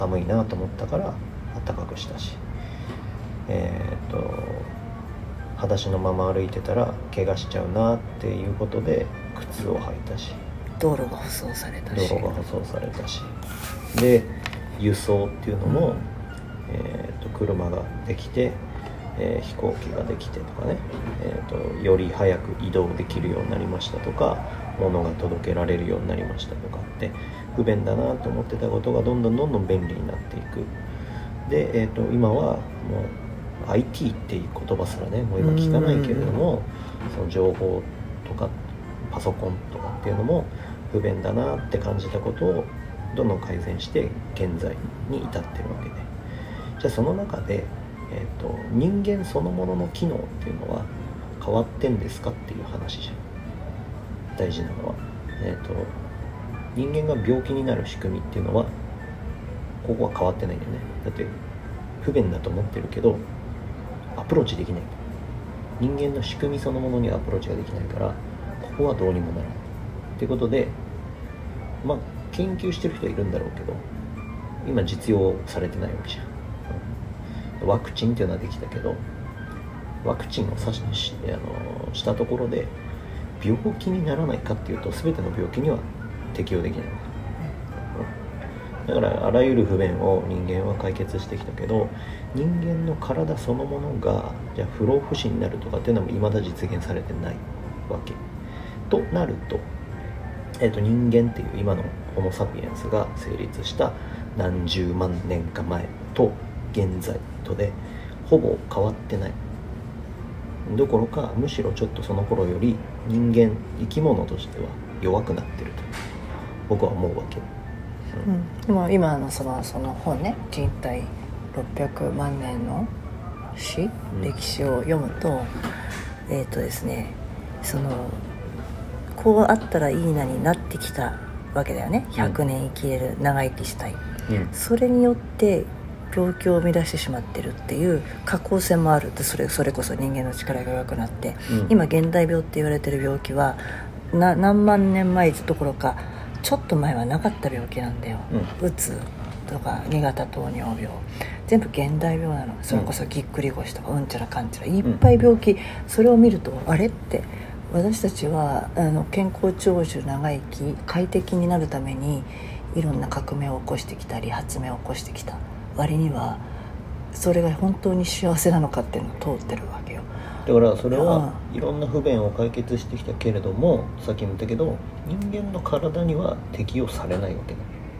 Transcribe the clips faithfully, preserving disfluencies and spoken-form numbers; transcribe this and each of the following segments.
寒いなと思ったから暖かくしたし、えー、と裸足のまま歩いてたら怪我しちゃうなっていうことで靴を履いたし、 道路が舗装されたし道路が舗装されたし、で輸送っていうのも、うんえー、と車ができて、えー、飛行機ができてとかね、えー、とより早く移動できるようになりましたとか、物が届けられるようになりましたとかって不便だなと思ってたことがどんどんどんどん便利になっていく。で、えー、と今はもう アイティー っていう言葉すらねもう今聞かないけれども、その情報とかパソコンとかっていうのも不便だなって感じたことをどんどん改善して現在に至ってるわけで、じゃあその中で、えー、と人間そのものの機能っていうのは変わってんですかっていう話じゃん。大事なのは、えー、と人間が病気になる仕組みっていうのはここは変わってないんだよね。だって不便だと思ってるけどアプローチできない。人間の仕組みそのものにアプローチができないから、ここはどうにもならないってことで、まあ研究してる人はいるんだろうけど今実用されてないわけじゃん、うん、ワクチンっていうのはできたけどワクチンをさししあのしたところで病気にならないかっていうと全ての病気には適用できないわけ、うん、だからあらゆる不便を人間は解決してきたけど、人間の体そのものがじゃあ不老不死になるとかっていうのも未だ実現されてないわけとなると、えーと、人間っていう今のホモ・サピエンスが成立した何十万年か前と現在とでほぼ変わってないどころか、むしろちょっとその頃より人間生き物としては弱くなってると僕は思うわけ、 うん、でも今のその、その本ね、人体ろっぴゃくまん年の史、うん、歴史を読むとえっとですねそのこうあったらいいなになってきたわけだよね。ひゃくねん生きれる、長生きしたい、うん、それによって病気を生み出してしまってるっていう可抗性もあるって、それ、それこそ人間の力が弱くなって、うん、今現代病って言われてる病気はな何万年前どころかちょっと前はなかった病気なんだよ、うん、うつとかに型糖尿病全部現代病なの。それこそぎっくり腰とかうんちゃらかんちゃらいっぱい病気、うん、それを見るとあれって私たちはあの健康長寿長生き快適になるためにいろんな革命を起こしてきたり発明を起こしてきた割にはそれが本当に幸せなのかっていうのを通ってるわけよ。 だからそれはいろんな不便を解決してきたけれども、さっきも言ったけど人間の体には適用されないわけ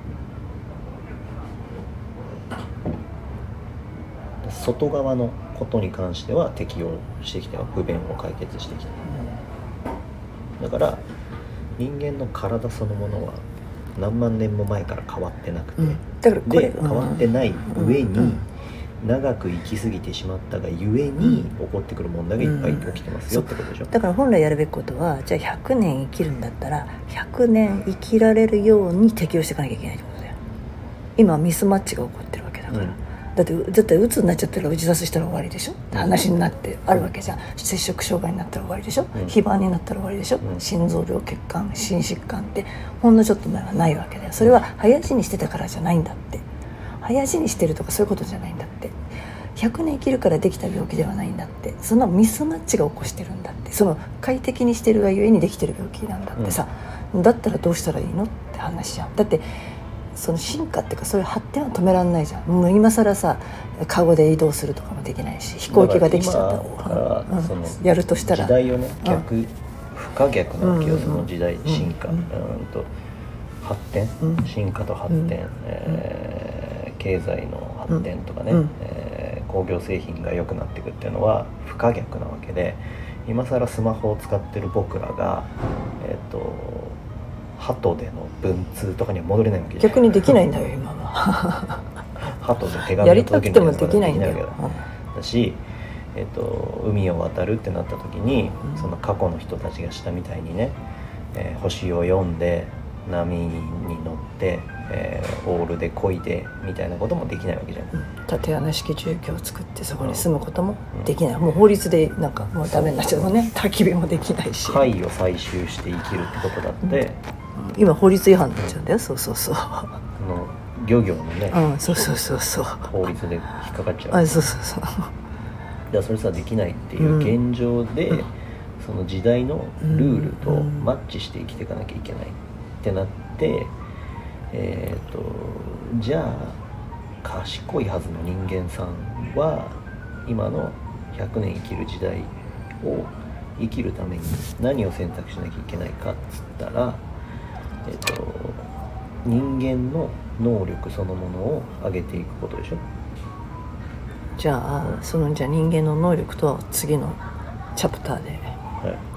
だ。外側のことに関しては適用してきたよ。不便を解決してきた。だから人間の体そのものは何万年も前から変わってなくて、うん、だからこれで変わってない上に長く生きすぎてしまったがゆえに起こってくる問題がいっぱい起きてますよってことでしょ。 だから本来やるべきことは、じゃあひゃくねん生きるんだったらひゃくねん生きられるように適応していかなきゃいけないってことだよ。今ミスマッチが起こってるわけだから、うん、だって絶対うつになっちゃったら打ち出すしたら終わりでしょって話になってあるわけじゃん。摂食障害になったら終わりでしょ、うん、肥満になったら終わりでしょ、うん、心臓病血管心疾患ってほんのちょっと前はないわけだよ。それは早死にしてたからじゃないんだって。早死にしてるとかそういうことじゃないんだって。ひゃくねん生きるからできた病気ではないんだって。そのミスマッチが起こしてるんだって。その快適にしてるがゆえにできてる病気なんだってさ、うん、だったらどうしたらいいのって話じゃん。だってその進化っていうかそういう発展は止められないじゃん。もう今更さカゴで移動するとかもできないし、飛行機ができちゃったら、うん、そのやるとしたら時代をね逆、うん、不可逆なわけよ、その時代進化、うんうん、と発展、うん、進化と発展、うんえー、経済の発展とかね、うんえー、工業製品が良くなっていくっていうのは不可逆なわけで、今更スマホを使ってる僕らがえっ、ー、と鳩での文通とかには戻れないわけじゃない。 逆にできないんだよ今は鳩で手紙を届けるやりたくてもできないんだよ。 だし、えー、と海を渡るってなった時に、うん、その過去の人たちがしたみたいにね、えー、星を読んで波に乗って、えー、オールで漕いでみたいなこともできないわけじゃない、 うん、縦穴式住居を作ってそこに住むこともできない、うん、もう法律でなんかもうダメになっちゃうもんね。焚き火もできないし貝を採集して生きるってことだって、 うん、今法律違反になっちゃうんだよ、うん、そうそうそうの漁業のね、 うん、そうそうそうそう法律で引っかかっちゃう。 あ、そうそうそう。 だからそれさできないっていう現状で、うん、その時代のルールとマッチして生きていかなきゃいけないってなって、えーとじゃあ賢いはずの人間さんは今のひゃくねん生きる時代を生きるために何を選択しなきゃいけないかっつったら、えっと、人間の能力そのものを上げていくことでしょ。 じゃあ、うん、そのじゃあ人間の能力とは次のチャプターで、 はい